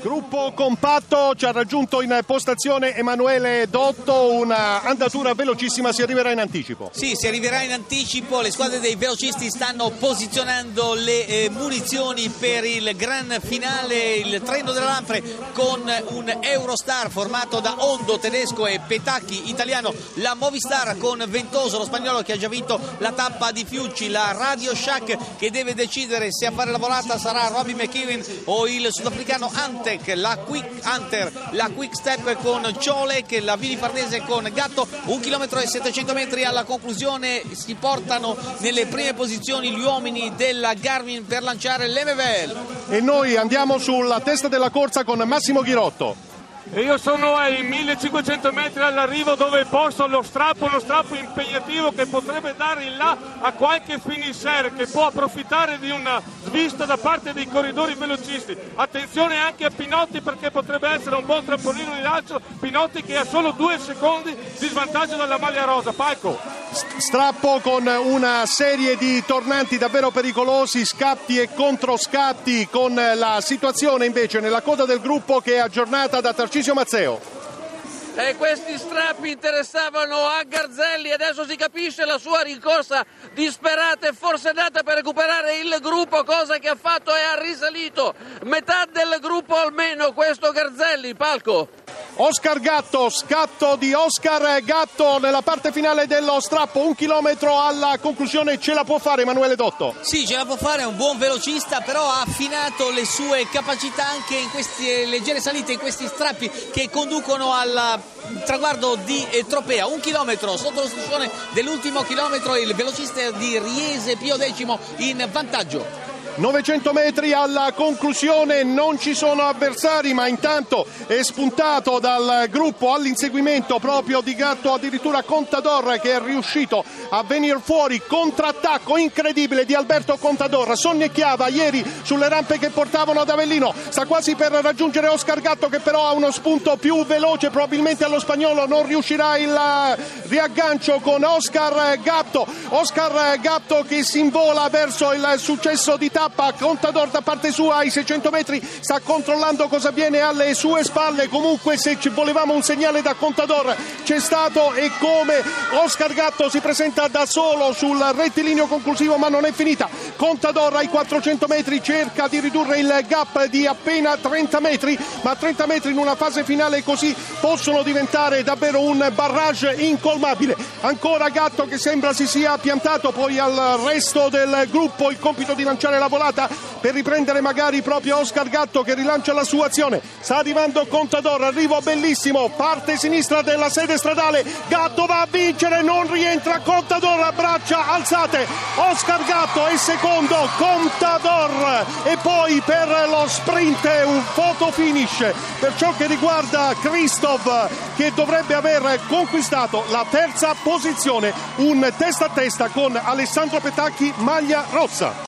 Gruppo compatto, ci ha raggiunto in postazione Emanuele Dotto, una andatura velocissima, si arriverà in anticipo. Sì, si arriverà in anticipo, le squadre dei velocisti stanno posizionando le munizioni per il gran finale, il treno della Lanfre con un Eurostar formato da Hondo tedesco e Petacchi italiano, la Movistar con Ventoso lo spagnolo che ha già vinto la tappa di Fiucci, la Radio Shack che deve decidere se a fare la volata sarà Robbie McEwen o il sudafricano Antec, la Quick Hunter, la Quick Step con Ciolek, la Vini Farnese con Gatto. 1 chilometro e 700 metri alla conclusione, si portano nelle prime posizioni gli uomini della Garmin per lanciare l'MVL. E noi andiamo sulla testa della corsa con Massimo Ghirotto. E io sono ai 1500 metri all'arrivo, dove posto uno strappo impegnativo che potrebbe dare in là a qualche finisher che può approfittare di una svista da parte dei corridori velocisti. Attenzione anche a Pinotti, perché potrebbe essere un buon trampolino di lancio. Pinotti che ha solo 2 secondi di svantaggio dalla maglia rosa. Palco. Strappo con una serie di tornanti davvero pericolosi, scatti e controscatti, con la situazione invece nella coda del gruppo che è aggiornata da Tarcisio Mazzeo. E questi strappi interessavano a Garzelli, adesso si capisce la sua rincorsa disperata e forsennata per recuperare il gruppo, cosa che ha fatto e ha risalito metà del gruppo almeno questo Garzelli. Palco. Oscar Gatto, scatto di Oscar Gatto nella parte finale dello strappo, 1 chilometro alla conclusione, ce la può fare Emanuele Dotto? Sì, ce la può fare, è un buon velocista, però ha affinato le sue capacità anche in queste leggere salite, in questi strappi che conducono al traguardo di Tropea. 1 chilometro sotto lo striscione dell'ultimo chilometro, il velocista di Riese Pio X in vantaggio. 900 metri alla conclusione, non ci sono avversari, ma intanto è spuntato dal gruppo all'inseguimento proprio di Gatto addirittura Contador, che è riuscito a venire fuori. Contrattacco incredibile di Alberto Contador, sonnecchiava ieri sulle rampe che portavano ad Avellino, sta quasi per raggiungere Oscar Gatto che però ha uno spunto più veloce, probabilmente allo spagnolo non riuscirà il riaggancio con Oscar Gatto che si invola verso il successo di tappa. Contador da parte sua ai 600 metri sta controllando cosa avviene alle sue spalle. Comunque, se ci volevamo un segnale da Contador c'è stato, e come Oscar Gatto si presenta da solo sul rettilineo conclusivo, ma non è finita. Contador ai 400 metri cerca di ridurre il gap di appena 30 metri, ma 30 metri in una fase finale così possono diventare davvero un barrage incolmabile. Ancora Gatto che sembra si sia piantato, poi al resto del gruppo il compito di lanciare la volata per riprendere magari proprio Oscar Gatto che rilancia la sua azione. Sta arrivando Contador, arrivo bellissimo, parte sinistra della sede stradale, Gatto va a vincere, non rientra Contador, braccia alzate, Oscar Gatto è secondo, Contador, e poi per lo sprint un photo finish per ciò che riguarda Christoph, che dovrebbe aver conquistato la terza posizione, un testa a testa con Alessandro Petacchi, maglia rossa.